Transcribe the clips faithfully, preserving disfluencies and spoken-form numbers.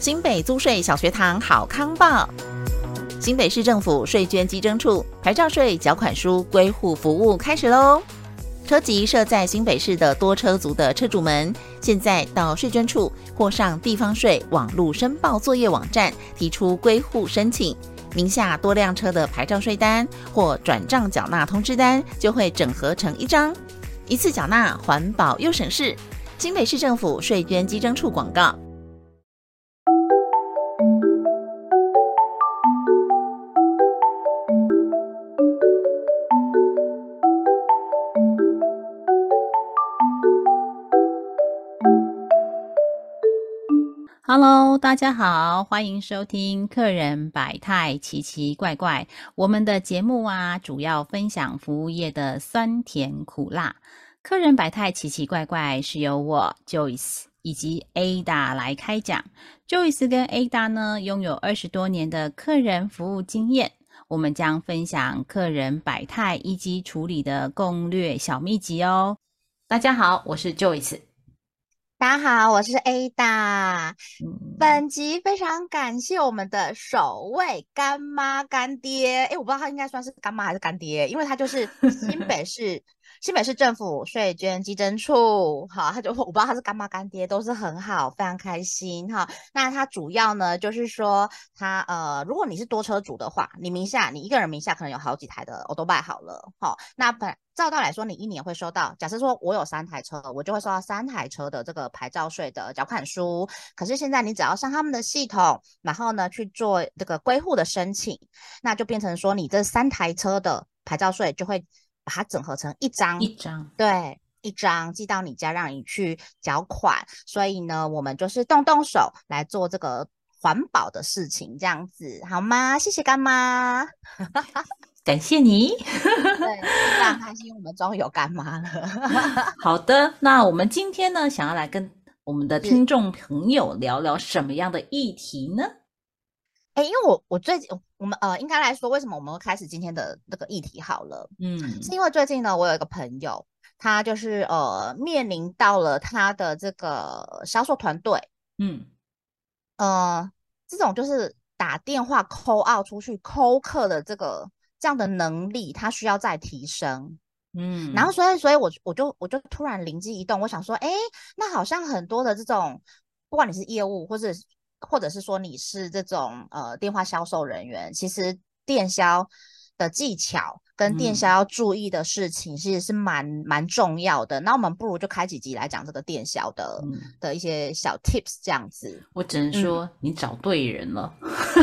新北租税小学堂好康报，新北市政府税捐稽征处牌照税缴款书归户服务开始咯。车籍设在新北市的多车族的车主们，现在到税捐处或上地方税网络申报作业网站提出归户申请，名下多辆车的牌照税单或转账缴纳通知单就会整合成一张，一次缴纳，环保又省事。新北市政府税捐稽征处广告。Hello， 大家好，欢迎收听客人百态奇奇怪怪。我们的节目啊，主要分享服务业的酸甜苦辣。客人百态奇奇怪怪是由我 Joyce 以及 Ada 来开讲。Joyce 跟 Ada 呢，拥有二十多年的客人服务经验，我们将分享客人百态以及处理的攻略小秘籍哦。大家好，我是 Joyce。 大家好，我是 Ada。嗯、本集非常感谢我们的首位干妈干爹，诶我不知道他应该算是干妈还是干爹，因为他就是新北市新北市政府税捐稽征处，好，他就我不知道他是干妈干爹，都是很好，非常开心哈。那他主要呢，就是说他呃，如果你是多车主的话，你名下你一个人名下可能有好几台的 Autobike 好了，好，那本照道来说，你一年会收到，假设说我有三台车，我就会收到三台车的这个牌照税的缴款书。可是现在你只要上他们的系统，然后呢去做这个归户的申请，那就变成说你这三台车的牌照税就会把它整合成一张， 一张， 对，一张寄到你家让你去缴款。所以呢，我们就是动动手来做这个环保的事情，这样子好吗？谢谢干妈。 感谢你。 对，非常开心，我们终于有干妈了。 好的，那我们今天呢，想要来跟我们的听众朋友聊聊什么样的议题呢？ 哎，因为我我最近我们呃，应该来说，为什么我们会开始今天的这个议题好了？嗯，是因为最近呢，我有一个朋友，他就是呃，面临到了他的这个销售团队，嗯，呃，这种就是打电话 call out 出去 call 客的这个这样的能力，他需要再提升。嗯，然后所以所以我我就我就突然灵机一动，我想说，哎，那好像很多的这种，不管你是业务或者或者是说你是这种呃电话销售人员，其实电销的技巧跟电销要注意的事情，其实是蛮蛮重要的。那我们不如就开几集来讲这个电销的、嗯、的一些小 tips 这样子。 我只能说、嗯、你找对人了。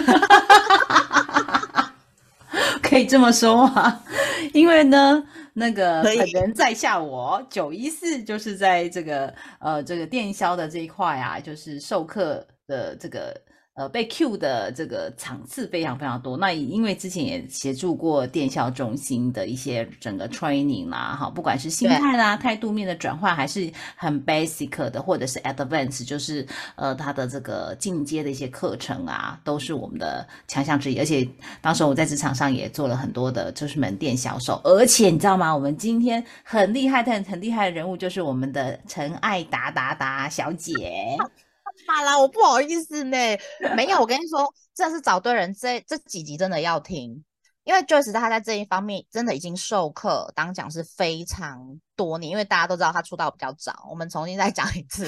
可以这么说吗？因为呢，那个本人在下我九一四就是在这个呃这个电销的这一块啊，就是授课的这个呃被 Q 的这个场次非常非常多。那因为之前也协助过电销中心的一些整个 training 啦，哈，不管是心态啦、态度面的转换，还是很 basic 的，或者是 advanced， 就是呃它的这个进阶的一些课程啊，都是我们的强项之一。而且当时我在职场上也做了很多的就是门店销售，而且你知道吗？我们今天很厉害的很厉害的人物就是我们的陈爱达达达小姐。 好啦，我不好意思呢，没有，我跟你说，真的是找对人，这这几集真的要听，因为 Joyce 他在这一方面真的已经授课当讲师非常多年，因为大家都知道他出道比较早，我们重新再讲一次，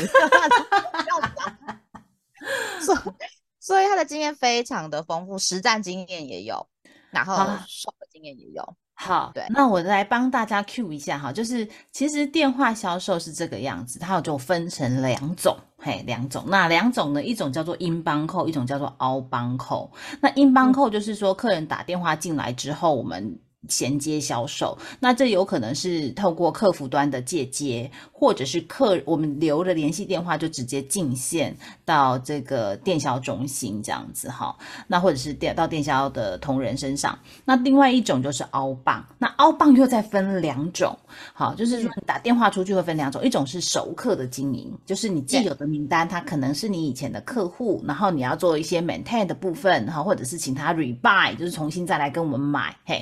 所以所以他的经验非常的丰富，实战经验也有，然后授课经验也有。 好，对，那我来帮大家 Q 一下哈，就是其实电话销售是这个样子，它就分成两种，嘿，两种。那两种呢，一种叫做 inbound call， 一种叫做 outbound call。那 inbound call 就是说客人打电话进来之后，我们衔接销售，那这有可能是透过客服端的借接，或者是客我们留了联系电话就直接进线到这个电销中心这样子哈，那或者是电到电销的同仁身上。那另外一种就是凹棒，那凹棒又再分两种，好，就是说你打电话出去会分两种，一种是熟客的经营，就是你既有的名单，它可能是你以前的客户，然后你要做一些 maintain 的部分，或者是请他 rebuy， 就是重新再来跟我们买，嘿，那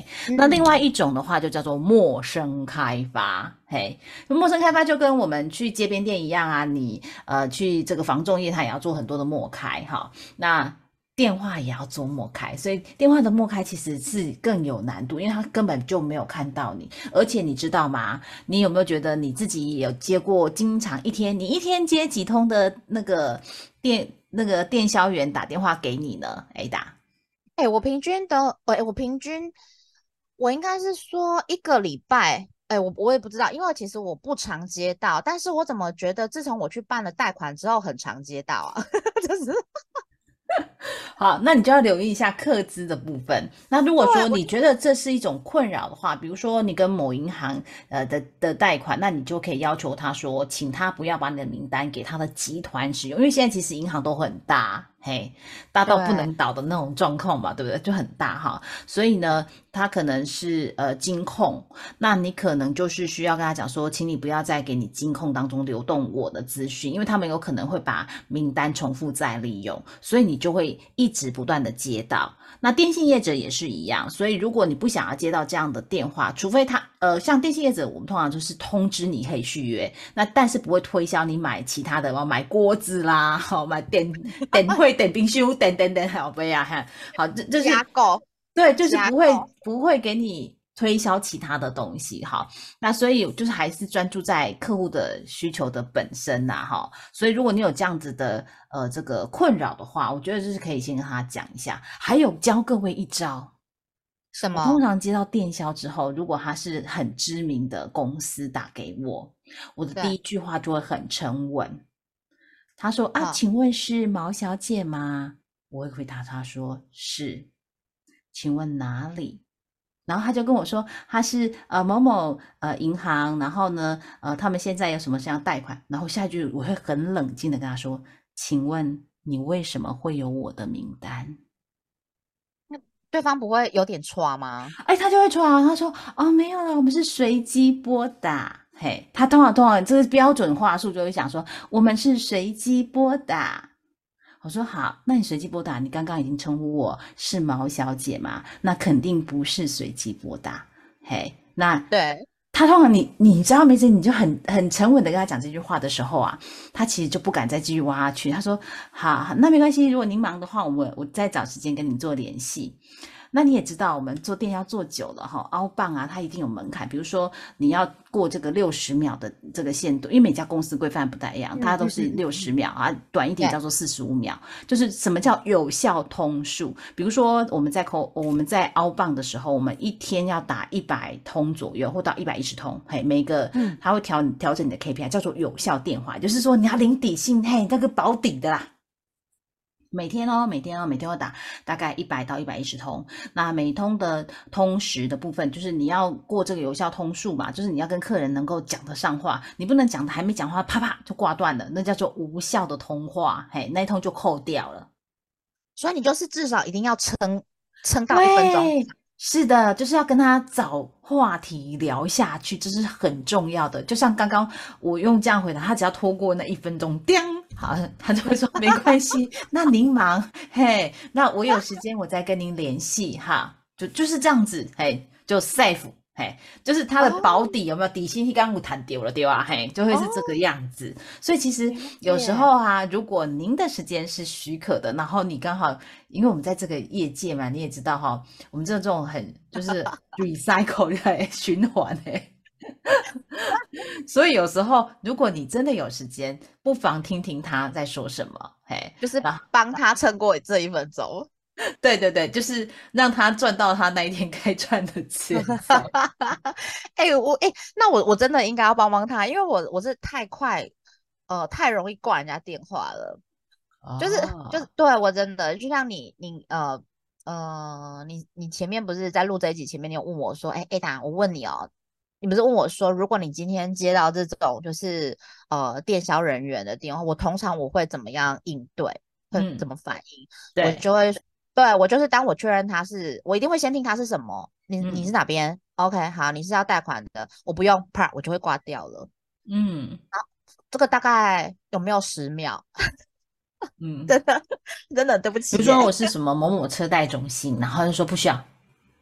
另外一种的话就叫做陌生开发，嘿，陌生开发就跟我们去街边店一样啊，你呃去这个房仲业，它也要做很多的陌开哈，那电话也要做陌开，所以电话的陌开其实是更有难度，因为他根本就没有看到你，而且你知道吗？你有没有觉得你自己也有接过，经常一天你一天接几通的那个电那个电销员打电话给你呢 ？Ada， 哎、欸，我平均的，哎、欸，我平均，我应该是说一个礼拜，哎、欸，我我也不知道，因为其实我不常接到，但是我怎么觉得自从我去办了贷款之后，很常接到啊，就是好，那你就要留意一下客资的部分。那如果说你觉得这是一种困扰的话，比如说你跟某银行呃的的贷款，那你就可以要求他说，请他不要把你的名单给他的集团使用，因为现在其实银行都很大，嘿，大到不能倒的那种状况吧，对不对？就很大哈，所以呢，他可能是呃金控，那你可能就是需要跟他讲说，请你不要再给你金控当中流动我的资讯，因为他们有可能会把名单重复再利用，所以你就会一直不断的接到。那电信业者也是一样，所以如果你不想要接到这样的电话，除非他呃像电信业者，我们通常就是通知你可以续约，那但是不会推销你买其他的，买锅子啦，好买电电会电冰箱等等等，好不呀？哈，好，这这是加购， 对，就是不会不会给你推销其他的东西哈。那所以就是还是专注在客户的需求的本身呐哈。所以如果你有这样子的呃这个困扰的话，我觉得就是可以先跟他讲一下。还有教各位一招， 什么？ 我通常接到电销之后，如果他是很知名的公司打给我，我的第一句话就会很沉稳。他说啊，请问是毛小姐吗？我会回答他说是。请问哪里？然后他就跟我说他是呃某某呃银行，然后呢呃他们现在有什么想要贷款，然后下一句我会很冷静的跟他说，请问你为什么会有我的名单？ 那对方不会有点戳吗？ 哎，他就会戳啊，他说哦没有了，我们是随机拨打。嘿，他通常通常这个标准话术就会想说我们是随机拨打。我说好，那你随机拨打，你刚刚已经称呼我是毛小姐嘛？那肯定不是随机拨打。嘿，那对他通常你你知道没事，你就很很沉稳的跟他讲这句话的时候啊，他其实就不敢再继续挖下去。他说好，那没关系，如果您忙的话，我我再找时间跟你做联系。那你也知道，我们做电要做久了哈，凹棒啊，它一定有门槛。比如说，你要过这个六十秒的这个限度，因为每家公司规范不太一样，它都是六十秒啊，短一点叫做四十五秒。就是什么叫有效通数？比如说我们在扣我们在凹棒的时候，我们一天要打一百通左右，或到一百一十通，嘿，每个它会调调整你的 K P I， 叫做有效电话，就是说你要领底薪，嘿，那个保底的啦。每天哦，每天哦，每天要打大概一百到一百一十通。那每通的通时的部分，就是你要过这个有效通数嘛，就是你要跟客人能够讲得上话，你不能讲的还没讲话，啪啪就挂断了，那叫做无效的通话，嘿，那一通就扣掉了。 所以你就是至少一定要撑撑到一分钟。 是的，就是要跟他找话题聊下去，这是很重要的。就像刚刚我用这样回答，他只要拖过那一分钟，叮，好，他就会说没关系，那您忙，嘿，那我有时间我再跟您联系哈，就就是这样子，嘿，就 safe， 嘿，就是他的保底有没有底薪一刚我弹丢了，对吧？嘿，就会是这个样子。所以其实有时候啊，如果您的时间是许可的，然后你刚好，因为我们在这个业界嘛，你也知道哈，我们这种很就是 recycle 的循环诶。所以有时候，如果你真的有时间，不妨听听他在说什么，嘿， 就是帮他撑过这一分钟。 对对对，就是让他赚到他那一天该赚的钱。 哎、欸，我哎、欸，那我我真的应该要帮帮他，因为我我是太快，呃，太容易挂人家电话了。哦、就是就是对我真的就像你你呃呃你你前面不是在录这一集前面你有问我说，哎、欸、Ada，我问你哦，你不是问我说，如果你今天接到这种就是呃电销人员的电话，我通常我会怎么样应对，会怎么反应？嗯、我就会。对，我就是当我确认他是，我一定会先听他是什么，你你是哪边、嗯、？OK， 好，你是要贷款的，我不用，啪，我就会挂掉了。嗯，好，这个大概有没有十秒？嗯，真的真的对不起。 比如说我是什么某某车贷中心，然后就说不需要。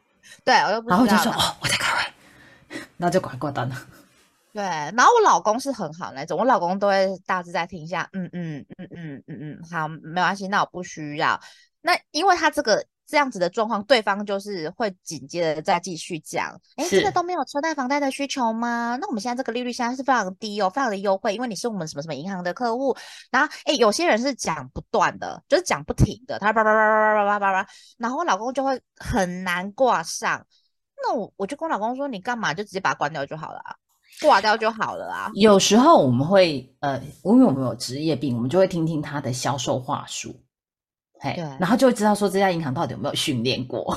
对我就不需要， 然后我就说哦我在开会，然后就赶快挂断了。 对，然后我老公是很好那种，我老公都会大致再听一下，嗯嗯嗯嗯嗯嗯，好，没关系，那我不需要。那因为他这个这样子的状况，对方就是会紧接着再继续讲，哎，真的是都没有车贷房贷的需求吗？那我们现在这个利率现在是非常低哦，非常的优惠，因为你是我们什么什么银行的客户。然后，哎，有些人是讲不断的，就是讲不停的，他叭叭叭叭叭叭叭叭，然后我老公就会很难挂上。那我我就跟我老公说，你干嘛就直接把它关掉就好了啊。挂掉就好了啊。 有时候我们会呃，因为我们有职业病，我们就会听听他的销售话术，嘿， 对， 然后就会知道说这家银行到底有没有训练过。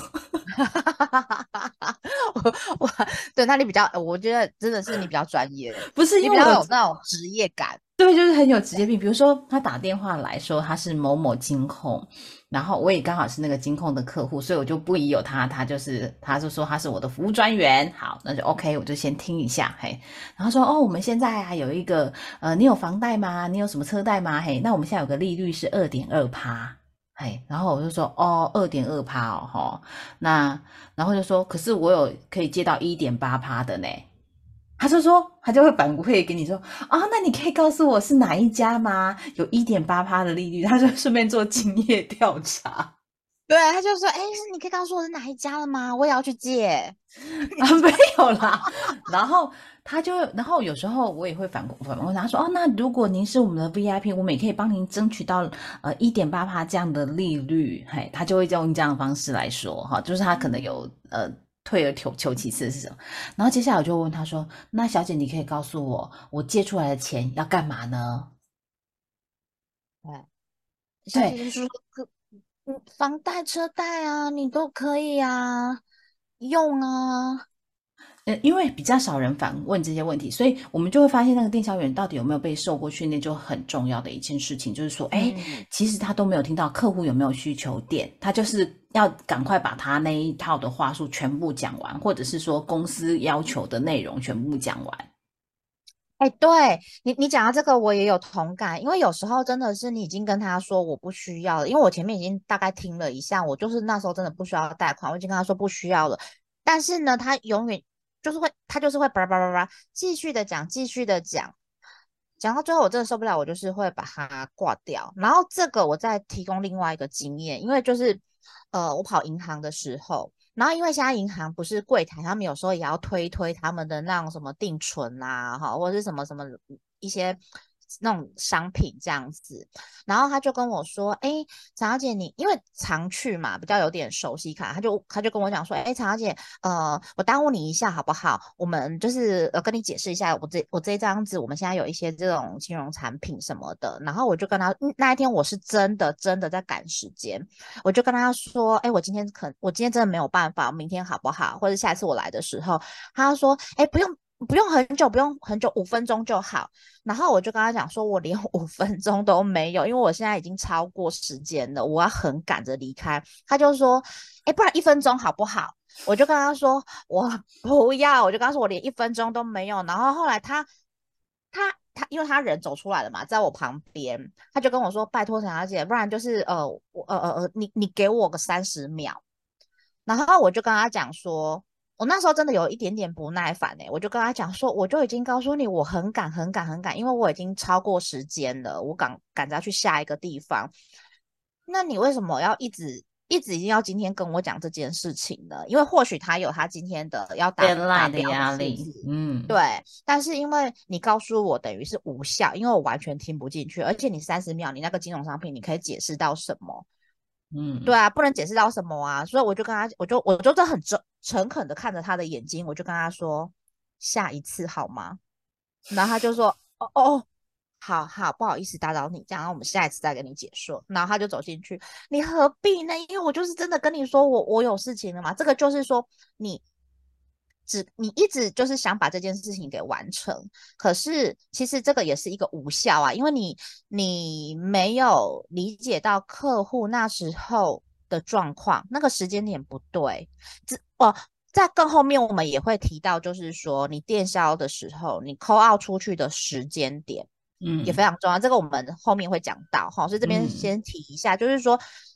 我我对那你比较，我觉得真的是你比较专业， 不是你比较因为我有那种职业感。 对，就是很有职业病。比如说他打电话来说他是某某金控，然后我也刚好是那个金控的客户，所以我就不疑有他，他就是他就说他是我的服务专员，好，那就 OK，我就先听一下，嘿，然后说哦，我们现在啊有一个呃，你有房贷吗？你有什么车贷吗？嘿，那我们现在有个利率是二点二趴。嘿，然后我就说哦，二点二趴哦，吼，那然后就说，可是我有可以借到一点八趴的呢。他就说，他就会反馈给你说，啊、哦，那你可以告诉我是哪一家吗？有一点八趴的利率，他就顺便做竞业调查。 对，他就说，哎，你可以告诉我是哪一家了吗？我也要去借。 啊，没有啦。然后他就，然后有时候我也会反反问他说，哦，那如果您是我们的 V I P，我们也可以帮您争取到呃一点八趴这样的利率。嘿，他就会用这样的方式来说，哈，就是他可能有呃。退而求求其次是什么？然后接下来我就问他说：“那小姐，你可以告诉我，我借出来的钱要干嘛呢？” 对，小姐对， 就说，嗯，房贷、车贷啊，你都可以啊，用啊。 呃，因为比较少人反问这些问题，所以我们就会发现那个电销员到底有没有被受过训练，就很重要的一件事情，就是说，哎， 嗯， 其实他都没有听到客户有没有需求点，他就是要赶快把他那一套的话术全部讲完，或者是说公司要求的内容全部讲完。 哎，对你，你讲到这个，我也有同感，因为有时候真的是你已经跟他说我不需要了，因为我前面已经大概听了一下，我就是那时候真的不需要贷款，我已经跟他说不需要了，但是呢，他永远就是会，他就是会叭叭叭叭继续的讲，继续的讲，讲到最后我真的受不了，我就是会把它挂掉。然后这个我再提供另外一个经验，因为就是呃，我跑银行的时候。然后因为现在银行不是柜台，他们有时候也要推推他们的那种什么定存啊，哈，或者是什么什么一些那种商品这样子。然后他就跟我说：“哎，常小姐你，因为常去嘛，比较有点熟悉感，他就他就跟我讲说：哎，常小姐，呃，我耽误你一下好不好？我们就是呃跟你解释一下，我这我这这样子，我们现在有一些这种金融产品什么的。然后我就跟他，嗯那一天我是真的真的在赶时间。”我就跟他说：“哎，我今天可我今天真的没有办法，明天好不好？或者下次我来的时候。”他说：“哎，不用不用很久，不用很久，五分钟就好。”然后我就跟他讲说：“我连五分钟都没有，因为我现在已经超过时间了，我要很赶着离开。”他就说：“哎，不然一分钟好不好？”我就跟他说：“我不要。”我就跟他说：“我连一分钟都没有。”然后后来他他他，因为他人走出来了嘛，在我旁边，他就跟我说：“拜托陈小姐，不然就是呃我呃呃呃，你你给我个三十秒。”然后我就跟他讲说，我那时候真的有一点点不耐烦哎、欸，我就跟他讲说，我就已经告诉你我很赶很赶很赶，因为我已经超过时间了，我赶赶着要去下一个地方。那你为什么要一直一直一定要今天跟我讲这件事情呢？因为或许他有他今天的要达达 deadline 的标的压力， 数字， 嗯， 对，但是因为你告诉我等于是无效，因为我完全听不进去，而且你三十秒，你那个金融商品你可以解释到什么？对嗯， 啊，不能解释到什么啊，所以我就跟他，我就我就真很诚诚恳的看着他的眼睛，我就跟他说，下一次好吗？然后他就说，哦哦哦，好好，不好意思打扰你，这样我们下一次再跟你解说。然后他就走进去，你何必呢？因为我就是真的跟你说我我有事情了嘛，这个就是说你只你一直就是想把这件事情给完成，可是其实这个也是一个无效啊，因为你你没有理解到客户那时候的状况，那个时间点不对。这哦，在更后面我们也会提到，就是说你电销的时候，你 call out 出去的时间点。也嗯， 非常重要，这个我们后面会讲到哈，所以这边嗯， 先提一下，就是说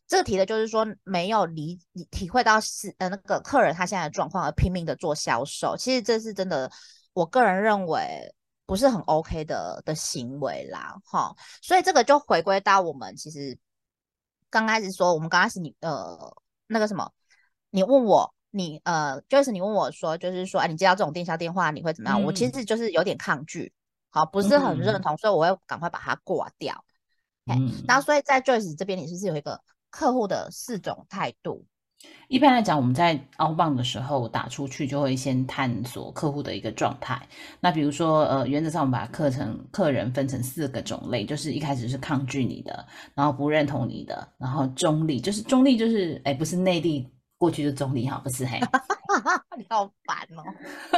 这个提的就是说没有理体会到是呃那个客人他现在的状况而拼命的做销售，其实这是真的，我个人认为不是很 OK 的的行为啦，哈。所以这个就回归到我们其实刚开始说，我们刚开始你呃那个什么，你问我。你呃，就是你问我说，就是说，哎，你接到这种电销电话，你会怎么样？我其嗯实就是有点抗拒，好，不是很认嗯同，所以我会赶快把它挂掉。嘿，然后嗯。 所以在 Joyce 这边，你是不是有一个客户的四种态度？ 一般来讲，我们在 outbound 的时候打出去，就会先探索客户的一个状态。那比如说，呃，原则上我们把课程客人分成四个种类，就是一开始是抗拒你的，然后不认同你的，然后中立，就是中立就是哎，不是内力过去就中立哈，不是嘿。 你好烦哦。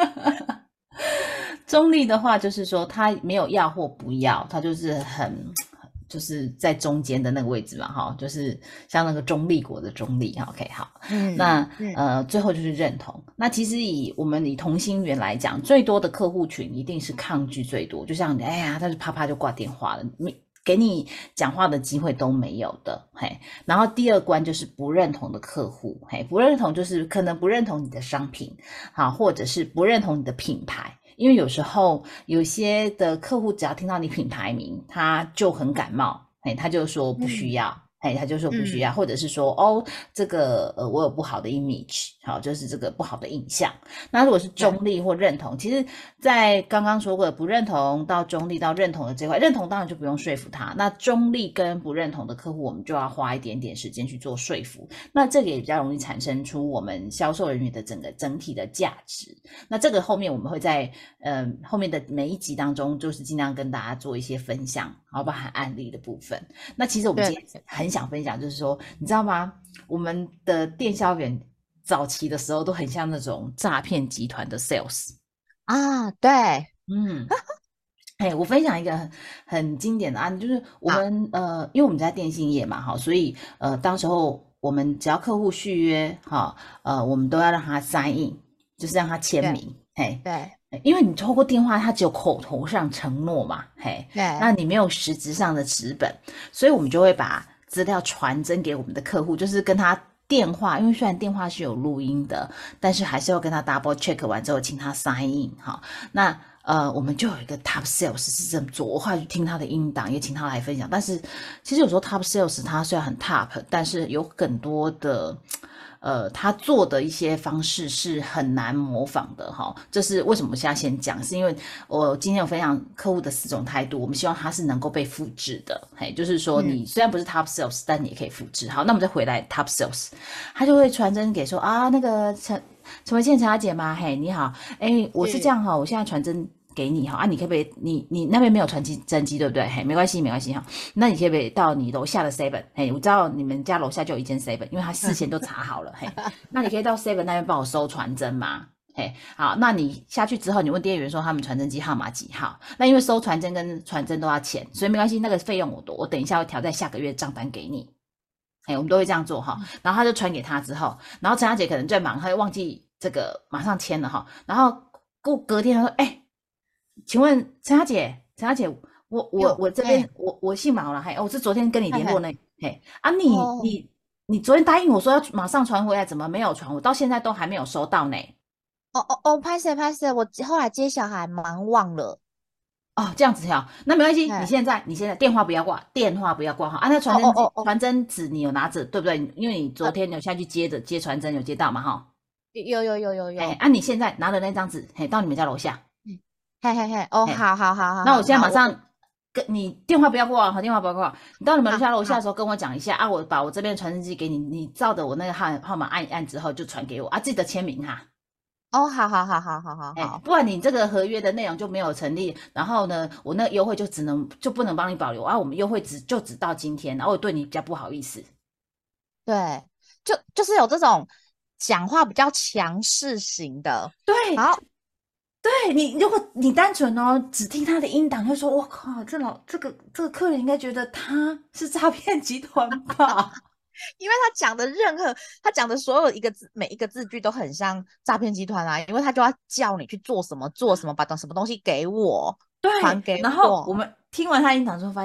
中立的话，就是说他没有要或不要，他就是很就是在中间的那个位置嘛，哈，就是像那个中立国的中立，哈，OK， 好， 嗯那嗯呃最后就是认同。那其实以我们以同心圆来讲，最多的客户群一定是抗拒最多，就像哎呀，他就啪啪就挂电话了，你给你讲话的机会都没有的，嘿。然后第二关就是不认同的客户，嘿，不认同就是可能不认同你的商品，好，或者是不认同你的品牌。因为有时候有些的客户只要听到你品牌名，他就很感冒，哎，他就说不需要，哎、嗯，他就说不需要，嗯、或者是说哦，这个呃我有不好的 image， 好，就是这个不好的印象。那如果是中立或认同，其实在刚刚说过的不认同到中立到认同的这块，认同当然就不用说服他，那中立跟不认同的客户，我们就要花一点点时间去做说服，那这个也比较容易产生出我们销售人员的整个整体的价值。那这个后面我们会在呃后面的每一集当中，就是尽量跟大家做一些分享，好，包含案例的部分。那其实我们今天很想分享，就是说，你知道吗？我们的电销员早期的时候都很像那种诈骗集团的 sales 啊，对， 嗯。哎，我分享一个很很经典的案例，就是我们、啊、呃，因为我们在电信业嘛，哈，所以呃，当时候我们只要客户续约，哈，呃，我们都要让他 sign in，就是让他签名，嘿， 对， 因为你透过电话，他只有口头上承诺嘛，嘿， 对， 那你没有实质上的纸本，所以我们就会把资料传真给我们的客户，就是跟他电话，因为虽然电话是有录音的，但是还是要跟他 double check 完之后，请他 sign in， 哈，那。呃，我们就有一个 top sales 是这么做，我后来去听他的音档，也请他来分享。但是其实有时候 top sales 他虽然很 top， 但是有很多的呃他做的一些方式是很难模仿的哈。这是为什么我现在先讲，是因为我今天有分享客户的四种态度，我们希望他是能够被复制的。嘿，就是说你虽然不是 top sales，、嗯、但你也可以复制。好，那我们再回来 top sales， 他就会传真给说啊，那个陈陈维倩陈小姐吗？嘿，你好，哎，我是这样哈，我现在传真给你哈啊，你可不可以？你你那边没有传真机对不对？嘿，没关系没关系哈。那你可不可以到你楼下的 seven？ 嘿，我知道你们家楼下就有一间 seven， 因为他事先都查好了。嘿，那你可以到 seven 那边帮我收传真吗？嘿，好，那你下去之后，你问店员说他们传真机号码几号？那因为收传真跟传真都要钱，所以没关系，那个费用我我等一下会调在下个月账单给你。嘿，我们都会这样做哈。然后他就传给他之后，然后陈小姐可能在忙，她就忘记这个马上签了哈。然后过隔天他说，哎、欸。请问陈小姐，陈小姐，我我我这边、欸、我我姓毛了，嘿，我是昨天跟你联络那，嘿啊你，你、哦、你你昨天答应我说要马上传回来，怎么没有传？我到现在都还没有收到呢。 哦哦哦，拍摄拍摄，我后来接小孩忙忘了。 哦，这样子哈，那没关系，你现在你现在电话不要挂，电话不要挂哈。啊，那传真传、哦哦、真纸你有拿着对不对？因为你昨天有下去接着、呃、接传真，有接到嘛哈？ 有有有有有。哎， 啊，你现在拿着那张纸，嘿，到你们家楼下。 嘿嘿嘿，哦，好好好好， 那我现在马上跟你电话不要挂，好，电话不要挂。你到你们楼下楼下的时候跟我讲一下啊，我把我这边的传真机给你，你照着我那个号号码按一按之后就传给我啊，记得签名哈。 哦，好好好好好好好， 不然你这个合约的内容就没有成立，然后呢，我那个优惠就只能就不能帮你保留啊，我们优惠只就只到今天，然后我对你比较不好意思。 对，就就是有这种讲话比较强势型的， 对， 好。 对你，如果你单纯哦，只听他的音档，就说我靠，这老这个这个客人应该觉得他是诈骗集团吧？ 因为他讲的任何，他讲的所有一个字，每一个字句都很像诈骗集团啊，因为他就要叫你去做什么做什么，把什么东西给我， 对， 还给我。 然后我们听完他音档之后，发现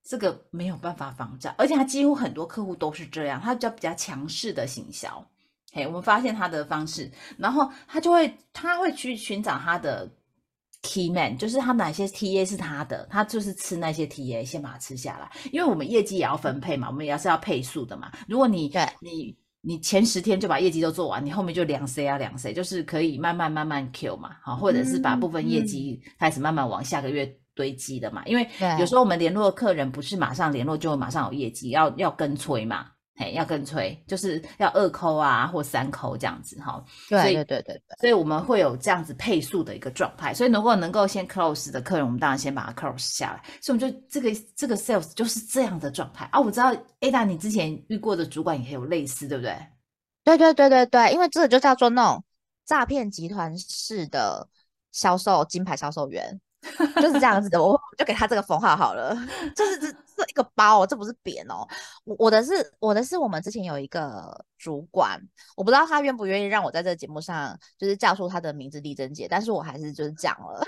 这个没有办法防诈，而且他几乎很多客户都是这样，他比较比较强势的行销。嘿，我们发现他的方式，然后他就会他会去寻找他的 key man，就是他哪些 T A 是他的，他就是吃那些 T A， 先把它吃下来，因为我们业绩也要分配嘛，我们也是要配数的嘛。如果你对你你前十天就把业绩都做完，你后面就量谁啊量谁，就是可以慢慢慢慢 Q 嘛，好，或者是把部分业绩开始慢慢往下个月堆积的嘛，因为有时候我们联络客人不是马上联络就会马上有业绩，要要跟催嘛，嘿，要跟催，就是要二扣啊或三扣这样子哈。 对对对对对， 所以我们会有这样子配速的一个状态。所以如果能够先 close 的客人，我们当然先把它 close 下来。所以我们就这个这个 sales 就是这样的状态啊。我知道 Ada 你之前遇过的主管也有类似，对不对？ 对对对对对，因为这个就叫做那种诈骗集团式的销售金牌销售员，就是这样子的。我就给他这个封号好了，就是这这一个包哦，这不是扁哦。我我的是我的是我们之前有一个主管，我不知道他愿不愿意让我在这个节目上就是叫出他的名字丽珍姐，但是我还是就是讲了，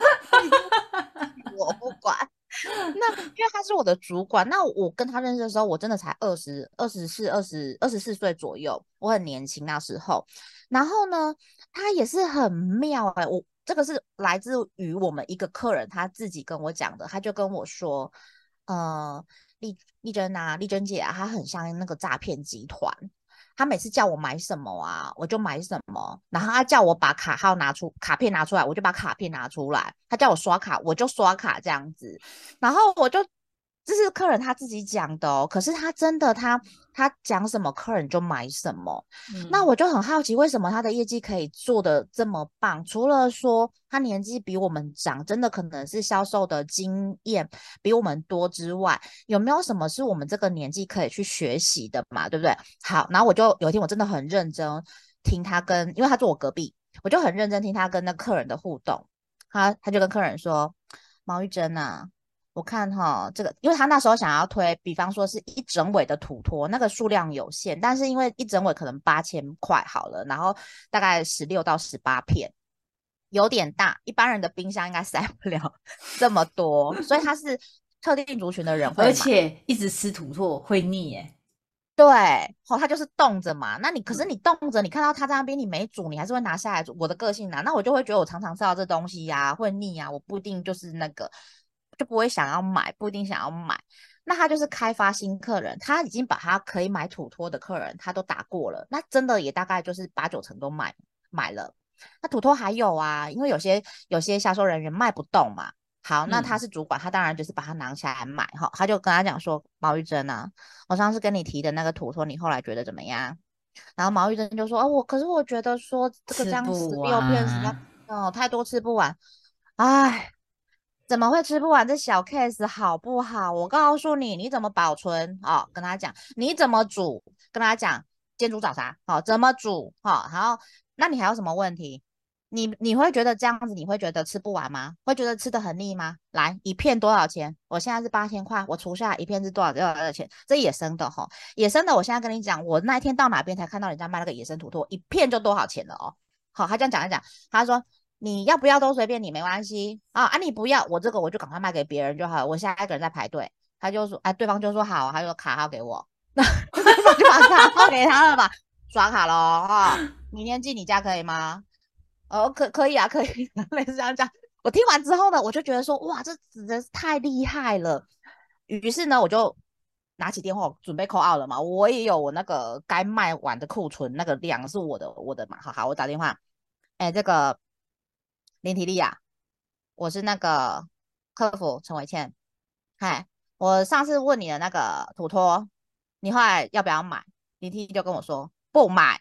我不管。那因为他是我的主管，那我跟他认识的时候，我真的才二十二十四、二十二十四岁左右，我很年轻那时候。然后呢，他也是很妙哎、欸，我这个是来自于我们一个客人他自己跟我讲的，他就跟我说，呃，丽丽珍啊，丽珍姐啊，她很像那个诈骗集团。他每次叫我买什么啊，我就买什么。然后他叫我把卡号拿出，卡片拿出来，我就把卡片拿出来。他叫我刷卡，我就刷卡这样子。然后我就，这是客人他自己讲的哦。可是他真的，他他讲什么，客人就买什么。嗯、那我就很好奇，为什么他的业绩可以做得这么棒？除了说他年纪比我们长，真的可能是销售的经验比我们多之外，有没有什么是我们这个年纪可以去学习的嘛？对不对？好，然后我就有一天我真的很认真听他跟，因为他坐我隔壁，我就很认真听他跟那客人的互动。他他就跟客人说：毛玉珍啊，我看哈这个，因为他那时候想要推，比方说是一整尾的土托，那个数量有限，但是因为一整尾可能八千块好了，然后大概十六到十八片，有点大，一般人的冰箱应该塞不了这么多，所以他是特定族群的人会买， 而且一直吃土托会腻耶。 对，哦，他就是冻着嘛。那你可是你冻着，你看到他在那边，你没煮，你还是会拿下来煮。我的个性啊，那我就会觉得我常常吃到这东西呀、啊，会腻啊，我不一定就是那个，就不会想要买，不一定想要买。那他就是开发新客人，他已经把他可以买土托的客人，他都打过了，那真的也大概就是八九成都买买了。那土托还有啊，因为有些有些销售人员卖不动嘛。好，那他是主管，他当然就是把它拿下来买哈。他就跟他讲说，毛玉珍啊，我上次跟你提的那个土托，你后来觉得怎么样？然后毛玉珍就说，哦，我可是我觉得说这个这样十六片实在哦太多吃不完，哎，怎么会吃不完？这小 case 好不好？我告诉你，你怎么保存？哦，跟他讲，你怎么煮？跟他讲，煎煮早茶，好、哦，怎么煮？好、哦，然后那你还有什么问题？你你会觉得这样子，你会觉得吃不完吗？会觉得吃的很腻吗？来，一片多少钱？我现在是八千块，我除下来一片是多少多少钱？这野生的哈，野生的，我现在跟你讲，我那一天到哪边才看到人家卖那个野生土托，一片就多少钱了哦。好，他这样讲一讲，他说你要不要都随便你，没关系啊啊，你不要，我这个我就赶快卖给别人就好了，我下一个人在排队。他就说，哎，对方就说好，他就说卡号给我，那对方就把卡号给他了嘛，刷卡咯哈，明天寄你家可以吗？哦，可可以啊，可以，类似这样讲。我听完之后呢，我就觉得说，哇，这真的是太厉害了。于是呢，我就拿起电话准备 call out 了嘛。我也有我那个该卖完的库存，那个量是我的，我的嘛。好好，我打电话，哎，这个林体力啊，我是那个客服陈伟倩。嗨，我上次问你的那个土托，你后来要不要买？林体力就跟我说不买。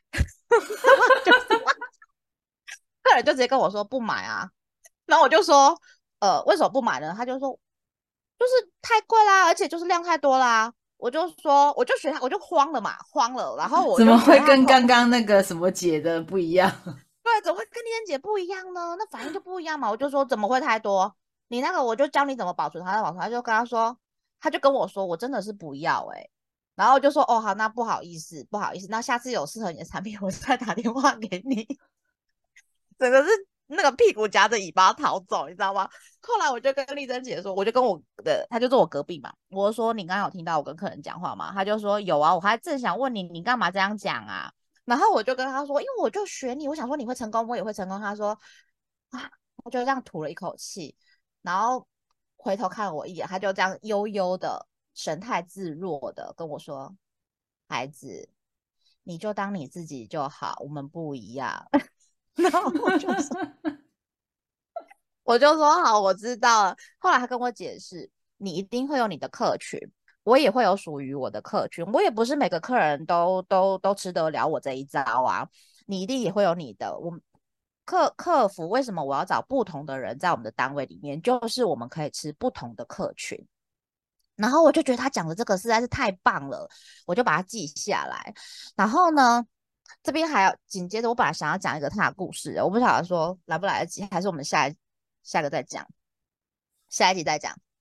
客人就直接跟我说不买啊，然后我就说，呃，为什么不买呢？他就说，就是太贵啦，而且就是量太多啦。我就说，我就学他，我就慌了嘛，慌了。然后我怎么会跟刚刚那个什么姐的不一样？ 对，怎么会跟丽珍姐不一样呢？那反应就不一样嘛。我就说怎么会太多？你那个我就教你怎么保存它的保存，他就跟他说，他就跟我说，我真的是不要哎、欸。然后我就说，哦好，那不好意思，不好意思，那下次有适合你的产品，我再打电话给你。整个是那个屁股夹着尾巴逃走，你知道吗？后来我就跟丽珍姐说，我就跟我的，她就坐我隔壁嘛，我就说你刚刚有听到我跟客人讲话吗？她就说有啊，我还正想问你，你干嘛这样讲啊？然后我就跟她说，因为我就学你，我想说你会成功，我也会成功。她说啊，她就这样吐了一口气，然后回头看我一眼，她就这样悠悠的、神态自若的跟我说：“孩子，你就当你自己就好，我们不一样。”然后我就说，我就说好，我知道了。后来他跟我解释，你一定会有你的客群，我也会有属于我的客群，我也不是每个客人都都都吃得了我这一招啊。你一定也会有你的。我客客服为什么我要找不同的人在我们的单位里面，就是我们可以吃不同的客群。然后我就觉得他讲的这个实在是太棒了，我就把它记下来。然后呢，这边还有紧接着，我本来想要讲一个他的故事，我不晓得说来不来得及，还是我们下一下一个再讲，下一集再讲。